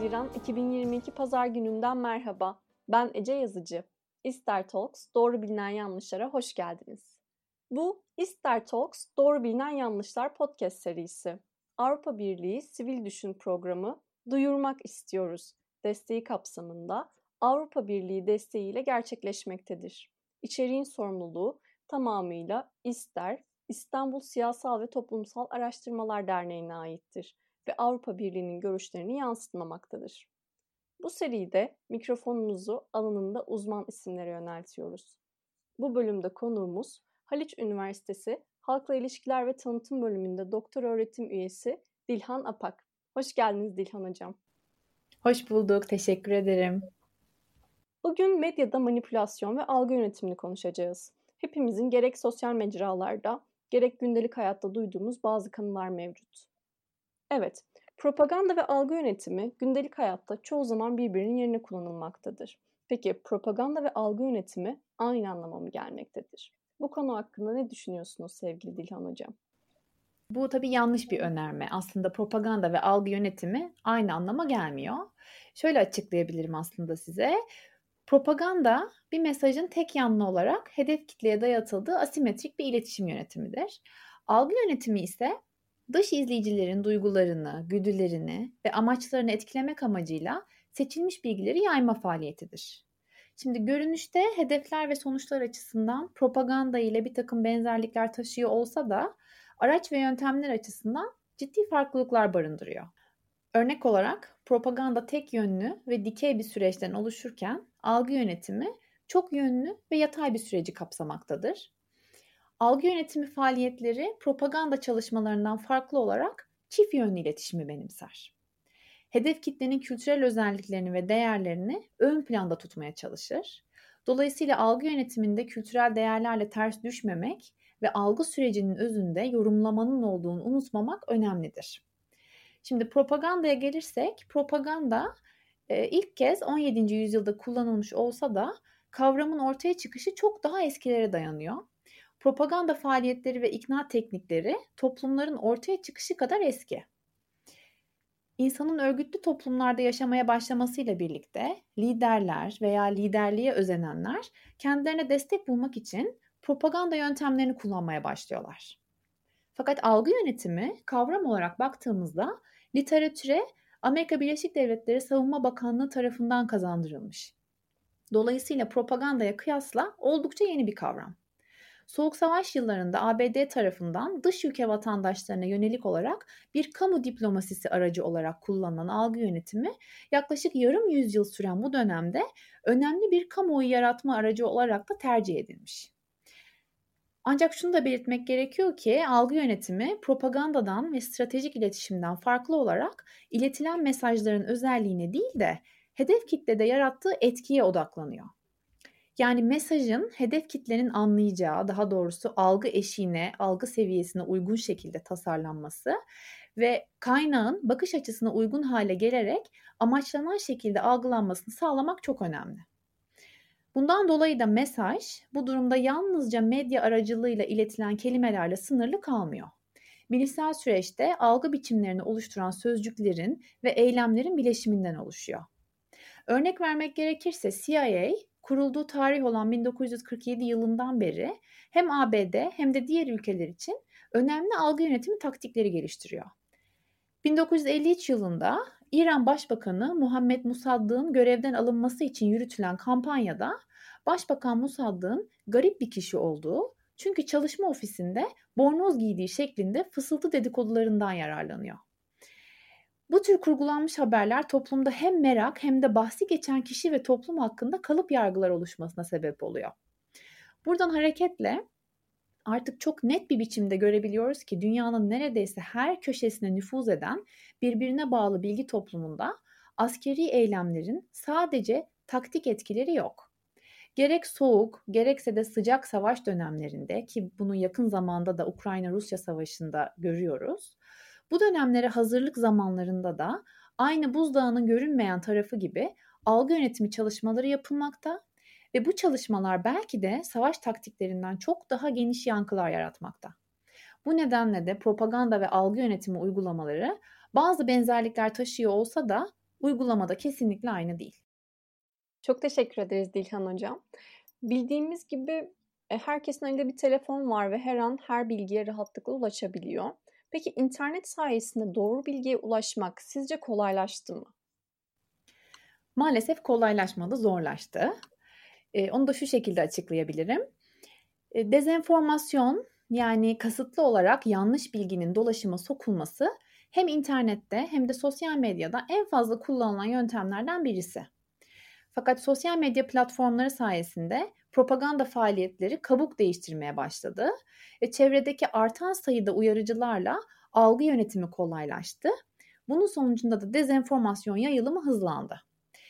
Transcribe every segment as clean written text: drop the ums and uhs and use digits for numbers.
Haziran 2022 Pazar gününden merhaba. Ben Ece Yazıcı. İster Talks, Doğru Bilinen Yanlışlara hoş geldiniz. Bu İster Talks, Doğru Bilinen Yanlışlar podcast serisi. Avrupa Birliği Sivil Düşün Programı Duyurmak İstiyoruz desteği kapsamında Avrupa Birliği desteğiyle gerçekleşmektedir. İçeriğin sorumluluğu tamamıyla İstanbul Siyasal ve Toplumsal Araştırmalar Derneği'ne aittir ve Avrupa Birliği'nin görüşlerini yansıtmamaktadır. Bu seride mikrofonumuzu alanında uzman isimlere yöneltiyoruz. Bu bölümde konuğumuz Haliç Üniversitesi Halkla İlişkiler ve Tanıtım Bölümünde doktor öğretim üyesi Dilhan Apak. Hoş geldiniz Dilhan Hocam. Hoş bulduk, teşekkür ederim. Bugün medyada manipülasyon ve algı yönetimini konuşacağız. Hepimizin gerek sosyal mecralarda, gerek gündelik hayatta duyduğumuz bazı kanılar mevcut. Evet, propaganda ve algı yönetimi gündelik hayatta çoğu zaman birbirinin yerine kullanılmaktadır. Peki propaganda ve algı yönetimi aynı anlama mı gelmektedir? Bu konu hakkında ne düşünüyorsunuz sevgili Dilhan Hocam? Bu tabii yanlış bir önerme. Aslında propaganda ve algı yönetimi aynı anlama gelmiyor. Şöyle açıklayabilirim aslında size. Propaganda bir mesajın tek yanlı olarak hedef kitleye dayatıldığı asimetrik bir iletişim yönetimidir. Algı yönetimi ise dış izleyicilerin duygularını, güdülerini ve amaçlarını etkilemek amacıyla seçilmiş bilgileri yayma faaliyetidir. Şimdi görünüşte hedefler ve sonuçlar açısından propaganda ile bir takım benzerlikler taşıyor olsa da araç ve yöntemler açısından ciddi farklılıklar barındırıyor. Örnek olarak propaganda tek yönlü ve dikey bir süreçten oluşurken algı yönetimi çok yönlü ve yatay bir süreci kapsamaktadır. Algı yönetimi faaliyetleri propaganda çalışmalarından farklı olarak çift yönlü iletişimi benimser. Hedef kitlenin kültürel özelliklerini ve değerlerini ön planda tutmaya çalışır. Dolayısıyla algı yönetiminde kültürel değerlerle ters düşmemek ve algı sürecinin özünde yorumlamanın olduğunu unutmamak önemlidir. Şimdi propagandaya gelirsek, propaganda ilk kez 17. yüzyılda kullanılmış olsa da kavramın ortaya çıkışı çok daha eskilere dayanıyor. Propaganda faaliyetleri ve ikna teknikleri toplumların ortaya çıkışı kadar eski. İnsanın örgütlü toplumlarda yaşamaya başlamasıyla birlikte liderler veya liderliğe özenenler kendilerine destek bulmak için propaganda yöntemlerini kullanmaya başlıyorlar. Fakat algı yönetimi kavram olarak baktığımızda literatüre Amerika Birleşik Devletleri Savunma Bakanlığı tarafından kazandırılmış. Dolayısıyla propagandaya kıyasla oldukça yeni bir kavram. Soğuk Savaş yıllarında ABD tarafından dış ülke vatandaşlarına yönelik olarak bir kamu diplomasisi aracı olarak kullanılan algı yönetimi yaklaşık yarım yüzyıl süren bu dönemde önemli bir kamuoyu yaratma aracı olarak da tercih edilmiş. Ancak şunu da belirtmek gerekiyor ki algı yönetimi propagandadan ve stratejik iletişimden farklı olarak iletilen mesajların özelliğine değil de hedef kitlede yarattığı etkiye odaklanıyor. Yani mesajın hedef kitlenin anlayacağı, daha doğrusu algı eşiğine, algı seviyesine uygun şekilde tasarlanması ve kaynağın bakış açısına uygun hale gelerek amaçlanan şekilde algılanmasını sağlamak çok önemli. Bundan dolayı da mesaj bu durumda yalnızca medya aracılığıyla iletilen kelimelerle sınırlı kalmıyor. Bilişsel süreçte algı biçimlerini oluşturan sözcüklerin ve eylemlerin bileşiminden oluşuyor. Örnek vermek gerekirse CIA kurulduğu tarih olan 1947 yılından beri hem ABD hem de diğer ülkeler için önemli algı yönetimi taktikleri geliştiriyor. 1953 yılında İran Başbakanı Muhammed Musaddık'ın görevden alınması için yürütülen kampanyada Başbakan Musaddık'ın garip bir kişi olduğu, çünkü çalışma ofisinde bornoz giydiği şeklinde fısıltı dedikodularından yararlanıyor. Bu tür kurgulanmış haberler toplumda hem merak hem de bahsi geçen kişi ve toplum hakkında kalıp yargılar oluşmasına sebep oluyor. Buradan hareketle artık çok net bir biçimde görebiliyoruz ki dünyanın neredeyse her köşesine nüfuz eden birbirine bağlı bilgi toplumunda askeri eylemlerin sadece taktik etkileri yok. Gerek soğuk, gerekse de sıcak savaş dönemlerinde, ki bunu yakın zamanda da Ukrayna-Rusya savaşında görüyoruz, bu dönemlere hazırlık zamanlarında da aynı buzdağının görünmeyen tarafı gibi algı yönetimi çalışmaları yapılmakta ve bu çalışmalar belki de savaş taktiklerinden çok daha geniş yankılar yaratmakta. Bu nedenle de propaganda ve algı yönetimi uygulamaları bazı benzerlikler taşıyor olsa da uygulamada kesinlikle aynı değil. Çok teşekkür ederiz Dilhan Hocam. Bildiğimiz gibi herkesin elinde bir telefon var ve her an her bilgiye rahatlıkla ulaşabiliyor. Peki internet sayesinde doğru bilgiye ulaşmak sizce kolaylaştı mı? Maalesef kolaylaşmadı, zorlaştı. Onu da şu şekilde açıklayabilirim. Dezenformasyon, yani kasıtlı olarak yanlış bilginin dolaşıma sokulması hem internette hem de sosyal medyada en fazla kullanılan yöntemlerden birisi. Fakat sosyal medya platformları sayesinde propaganda faaliyetleri kabuk değiştirmeye başladı ve çevredeki artan sayıda uyarıcılarla algı yönetimi kolaylaştı. Bunun sonucunda da dezenformasyon yayılımı hızlandı.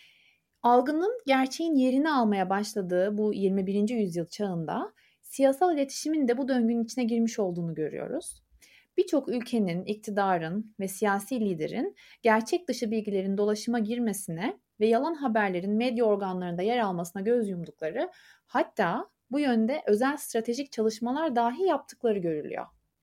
Algının gerçeğin yerini almaya başladığı bu 21. yüzyıl çağında siyasal iletişimin de bu döngünün içine girmiş olduğunu görüyoruz. Birçok ülkenin, iktidarın ve siyasi liderin gerçek dışı bilgilerin dolaşıma girmesine ve yalan haberlerin medya organlarında yer almasına göz yumdukları, hatta bu yönde özel stratejik çalışmalar dahi yaptıkları görülüyor.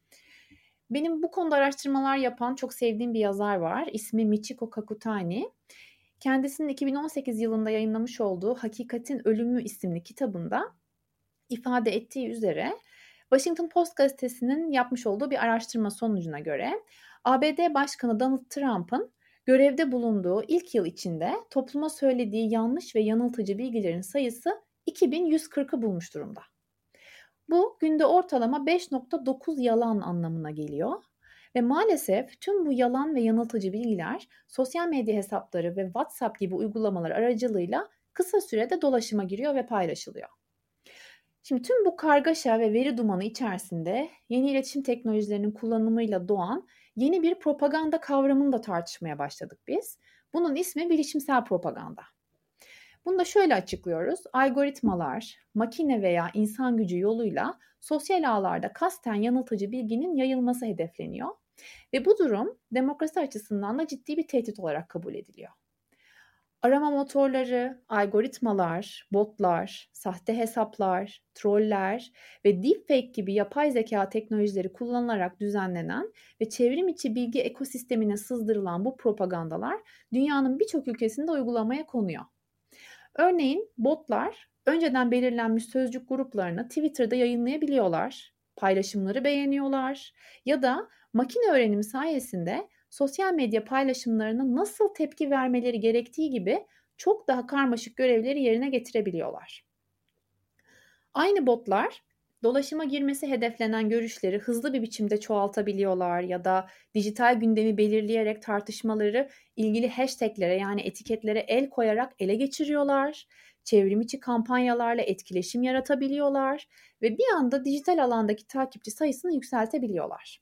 Benim bu konuda araştırmalar yapan çok sevdiğim bir yazar var. İsmi Michiko Kakutani. Kendisinin 2018 yılında yayınlamış olduğu Hakikatin Ölümü isimli kitabında ifade ettiği üzere Washington Post gazetesinin yapmış olduğu bir araştırma sonucuna göre ABD Başkanı Donald Trump'ın görevde bulunduğu ilk yıl içinde topluma söylediği yanlış ve yanıltıcı bilgilerin sayısı 2140'ı bulmuş durumda. Bu günde ortalama 5.9 yalan anlamına geliyor. Ve maalesef tüm bu yalan ve yanıltıcı bilgiler sosyal medya hesapları ve WhatsApp gibi uygulamalar aracılığıyla kısa sürede dolaşıma giriyor ve paylaşılıyor. Şimdi tüm bu kargaşa ve veri dumanı içerisinde yeni iletişim teknolojilerinin kullanımıyla doğan yeni bir propaganda kavramını da tartışmaya başladık biz. Bunun ismi bilişimsel propaganda. Bunu da şöyle açıklıyoruz. Algoritmalar, makine veya insan gücü yoluyla sosyal ağlarda kasten yanıltıcı bilginin yayılması hedefleniyor. Ve bu durum demokrasi açısından da ciddi bir tehdit olarak kabul ediliyor. Arama motorları, algoritmalar, botlar, sahte hesaplar, troller ve deepfake gibi yapay zeka teknolojileri kullanılarak düzenlenen ve çevrim içi bilgi ekosistemine sızdırılan bu propagandalar dünyanın birçok ülkesinde uygulamaya konuyor. Örneğin botlar önceden belirlenmiş sözcük gruplarını Twitter'da yayınlayabiliyorlar, paylaşımları beğeniyorlar ya da makine öğrenimi sayesinde sosyal medya paylaşımlarına nasıl tepki vermeleri gerektiği gibi çok daha karmaşık görevleri yerine getirebiliyorlar. Aynı botlar dolaşıma girmesi hedeflenen görüşleri hızlı bir biçimde çoğaltabiliyorlar ya da dijital gündemi belirleyerek tartışmaları ilgili hashtaglere yani etiketlere el koyarak ele geçiriyorlar. Çevrim içi kampanyalarla etkileşim yaratabiliyorlar ve bir anda dijital alandaki takipçi sayısını yükseltebiliyorlar.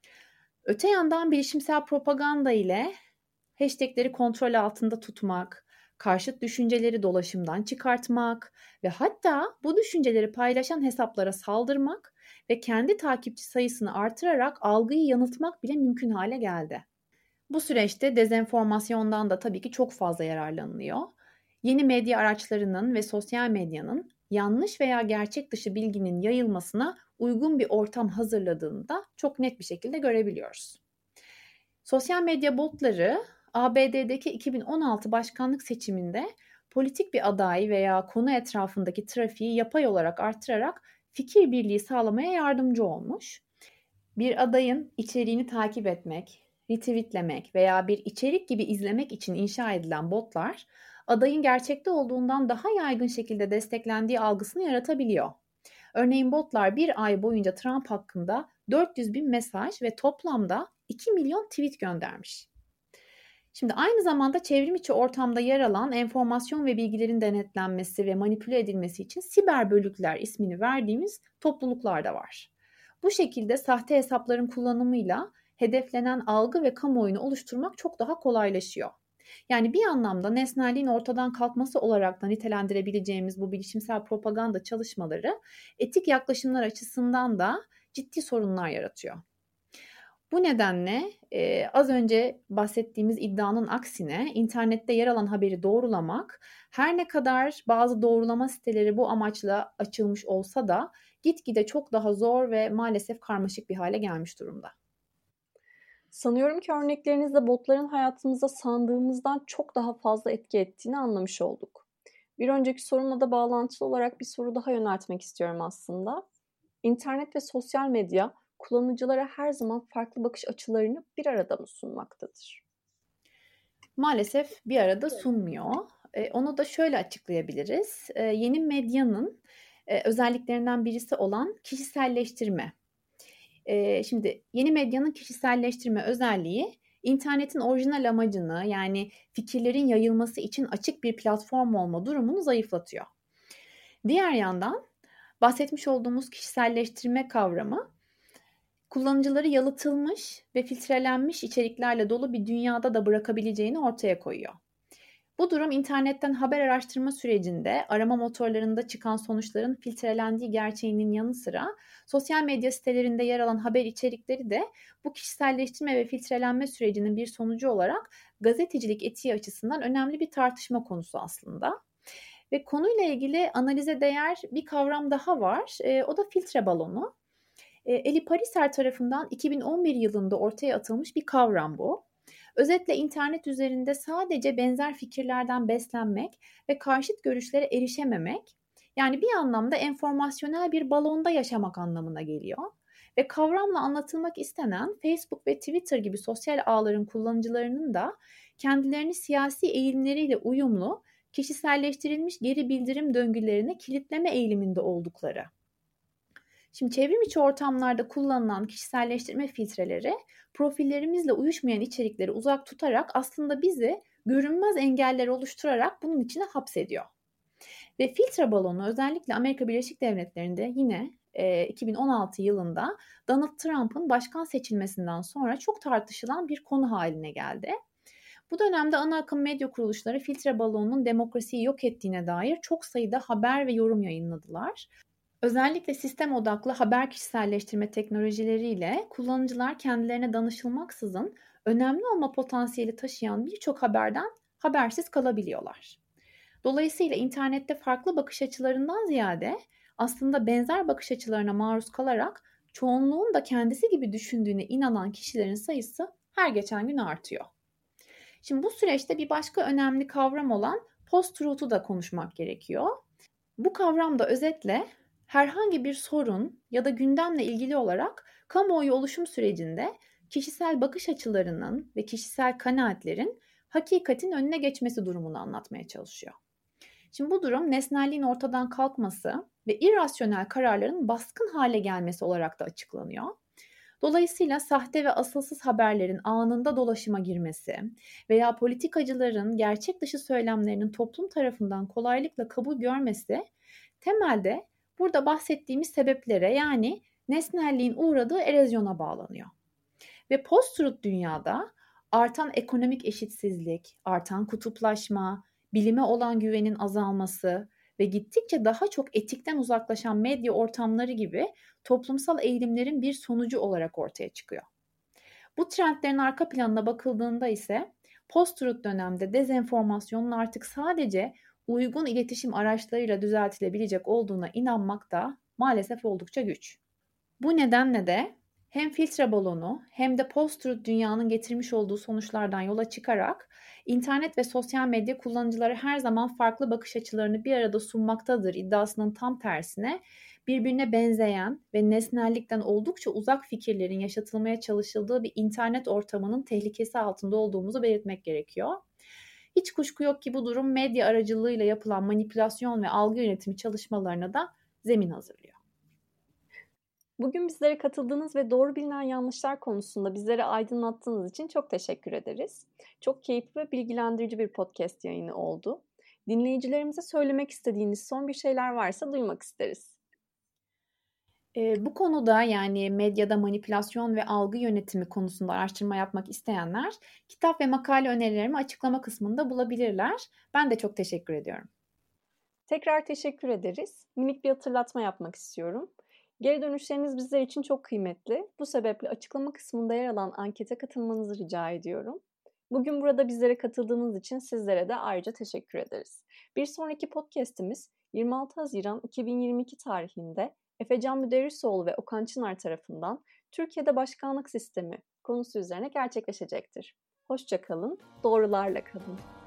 Öte yandan bilişimsel propaganda ile hashtagleri kontrol altında tutmak, karşıt düşünceleri dolaşımdan çıkartmak ve hatta bu düşünceleri paylaşan hesaplara saldırmak ve kendi takipçi sayısını artırarak algıyı yanıltmak bile mümkün hale geldi. Bu süreçte dezenformasyondan da tabii ki çok fazla yararlanılıyor. Yeni medya araçlarının ve sosyal medyanın yanlış veya gerçek dışı bilginin yayılmasına uygun bir ortam hazırladığını da çok net bir şekilde görebiliyoruz. Sosyal medya botları ABD'deki 2016 başkanlık seçiminde politik bir aday veya konu etrafındaki trafiği yapay olarak artırarak fikir birliği sağlamaya yardımcı olmuş. Bir adayın içeriğini takip etmek, retweetlemek veya bir içerik gibi izlemek için inşa edilen botlar, adayın gerçekte olduğundan daha yaygın şekilde desteklendiği algısını yaratabiliyor. Örneğin botlar bir ay boyunca Trump hakkında 400 bin mesaj ve toplamda 2 milyon tweet göndermiş. Şimdi aynı zamanda çevrim içi ortamda yer alan enformasyon ve bilgilerin denetlenmesi ve manipüle edilmesi için siber bölükler ismini verdiğimiz topluluklar da var. Bu şekilde sahte hesapların kullanımıyla hedeflenen algı ve kamuoyunu oluşturmak çok daha kolaylaşıyor. Yani bir anlamda nesnelliğin ortadan kalkması olarak da nitelendirebileceğimiz bu bilişimsel propaganda çalışmaları etik yaklaşımlar açısından da ciddi sorunlar yaratıyor. Bu nedenle az önce bahsettiğimiz iddianın aksine internette yer alan haberi doğrulamak her ne kadar bazı doğrulama siteleri bu amaçla açılmış olsa da gitgide çok daha zor ve maalesef karmaşık bir hale gelmiş durumda. Sanıyorum ki örneklerinizde botların hayatımızda sandığımızdan çok daha fazla etki ettiğini anlamış olduk. Bir önceki sorumla da bağlantılı olarak bir soru daha yöneltmek istiyorum aslında. İnternet ve sosyal medya kullanıcılara her zaman farklı bakış açılarını bir arada mı sunmaktadır? Maalesef bir arada sunmuyor. Onu da şöyle açıklayabiliriz. Yeni medyanın özelliklerinden birisi olan kişiselleştirme. Şimdi yeni medyanın kişiselleştirme özelliği internetin orijinal amacını, yani fikirlerin yayılması için açık bir platform olma durumunu zayıflatıyor. Diğer yandan bahsetmiş olduğumuz kişiselleştirme kavramı kullanıcıları yalıtılmış ve filtrelenmiş içeriklerle dolu bir dünyada da bırakabileceğini ortaya koyuyor. Bu durum internetten haber araştırma sürecinde arama motorlarında çıkan sonuçların filtrelendiği gerçeğinin yanı sıra sosyal medya sitelerinde yer alan haber içerikleri de bu kişiselleştirme ve filtrelenme sürecinin bir sonucu olarak gazetecilik etiği açısından önemli bir tartışma konusu aslında. Ve konuyla ilgili analize değer bir kavram daha var. O da filtre balonu. Eli Pariser tarafından 2011 yılında ortaya atılmış bir kavram bu. Özetle internet üzerinde sadece benzer fikirlerden beslenmek ve karşıt görüşlere erişememek, yani bir anlamda enformasyonel bir balonda yaşamak anlamına geliyor. Ve kavramla anlatılmak istenen Facebook ve Twitter gibi sosyal ağların kullanıcılarının da kendilerini siyasi eğilimleriyle uyumlu, kişiselleştirilmiş geri bildirim döngülerine kilitleme eğiliminde oldukları. Şimdi çevrim içi ortamlarda kullanılan kişiselleştirme filtreleri profillerimizle uyuşmayan içerikleri uzak tutarak aslında bizi görünmez engeller oluşturarak bunun içine hapsediyor. Ve filtre balonu özellikle Amerika Birleşik Devletleri'nde yine 2016 yılında Donald Trump'ın başkan seçilmesinden sonra çok tartışılan bir konu haline geldi. Bu dönemde ana akım medya kuruluşları filtre balonunun demokrasiyi yok ettiğine dair çok sayıda haber ve yorum yayınladılar. Özellikle sistem odaklı haber kişiselleştirme teknolojileriyle kullanıcılar kendilerine danışılmaksızın önemli olma potansiyeli taşıyan birçok haberden habersiz kalabiliyorlar. Dolayısıyla internette farklı bakış açılarından ziyade aslında benzer bakış açılarına maruz kalarak çoğunluğun da kendisi gibi düşündüğüne inanan kişilerin sayısı her geçen gün artıyor. Şimdi bu süreçte bir başka önemli kavram olan post-truth'u da konuşmak gerekiyor. Bu kavram da özetle herhangi bir sorun ya da gündemle ilgili olarak kamuoyu oluşum sürecinde kişisel bakış açılarının ve kişisel kanaatlerin hakikatin önüne geçmesi durumunu anlatmaya çalışıyor. Şimdi bu durum nesnelliğin ortadan kalkması ve irrasyonel kararların baskın hale gelmesi olarak da açıklanıyor. Dolayısıyla sahte ve asılsız haberlerin anında dolaşıma girmesi veya politikacıların gerçek dışı söylemlerinin toplum tarafından kolaylıkla kabul görmesi temelde burada bahsettiğimiz sebeplere, yani nesnelliğin uğradığı erozyona bağlanıyor. Ve post-truth dünyada artan ekonomik eşitsizlik, artan kutuplaşma, bilime olan güvenin azalması ve gittikçe daha çok etikten uzaklaşan medya ortamları gibi toplumsal eğilimlerin bir sonucu olarak ortaya çıkıyor. Bu trendlerin arka planına bakıldığında ise post-truth dönemde dezenformasyonun artık sadece uygun iletişim araçlarıyla düzeltilebilecek olduğuna inanmak da maalesef oldukça güç. Bu nedenle de hem filtre balonu hem de post-truth dünyanın getirmiş olduğu sonuçlardan yola çıkarak internet ve sosyal medya kullanıcıları her zaman farklı bakış açılarını bir arada sunmaktadır iddiasının tam tersine birbirine benzeyen ve nesnellikten oldukça uzak fikirlerin yaşatılmaya çalışıldığı bir internet ortamının tehlikesi altında olduğumuzu belirtmek gerekiyor. Hiç kuşku yok ki bu durum medya aracılığıyla yapılan manipülasyon ve algı yönetimi çalışmalarına da zemin hazırlıyor. Bugün bizlere katıldığınız ve doğru bilinen yanlışlar konusunda bizleri aydınlattığınız için çok teşekkür ederiz. Çok keyifli ve bilgilendirici bir podcast yayını oldu. Dinleyicilerimize söylemek istediğiniz son bir şeyler varsa duymak isteriz. Bu konuda, yani medyada manipülasyon ve algı yönetimi konusunda araştırma yapmak isteyenler kitap ve makale önerilerimi açıklama kısmında bulabilirler. Ben de çok teşekkür ediyorum. Tekrar teşekkür ederiz. Minik bir hatırlatma yapmak istiyorum. Geri dönüşleriniz bizler için çok kıymetli. Bu sebeple açıklama kısmında yer alan ankete katılmanızı rica ediyorum. Bugün burada bizlere katıldığınız için sizlere de ayrıca teşekkür ederiz. Bir sonraki podcast'imiz 26 Haziran 2022 tarihinde Efecan Müderrisoğlu ve Okan Çınar tarafından Türkiye'de başkanlık sistemi konusu üzerine gerçekleşecektir. Hoşça kalın, doğrularla kalın.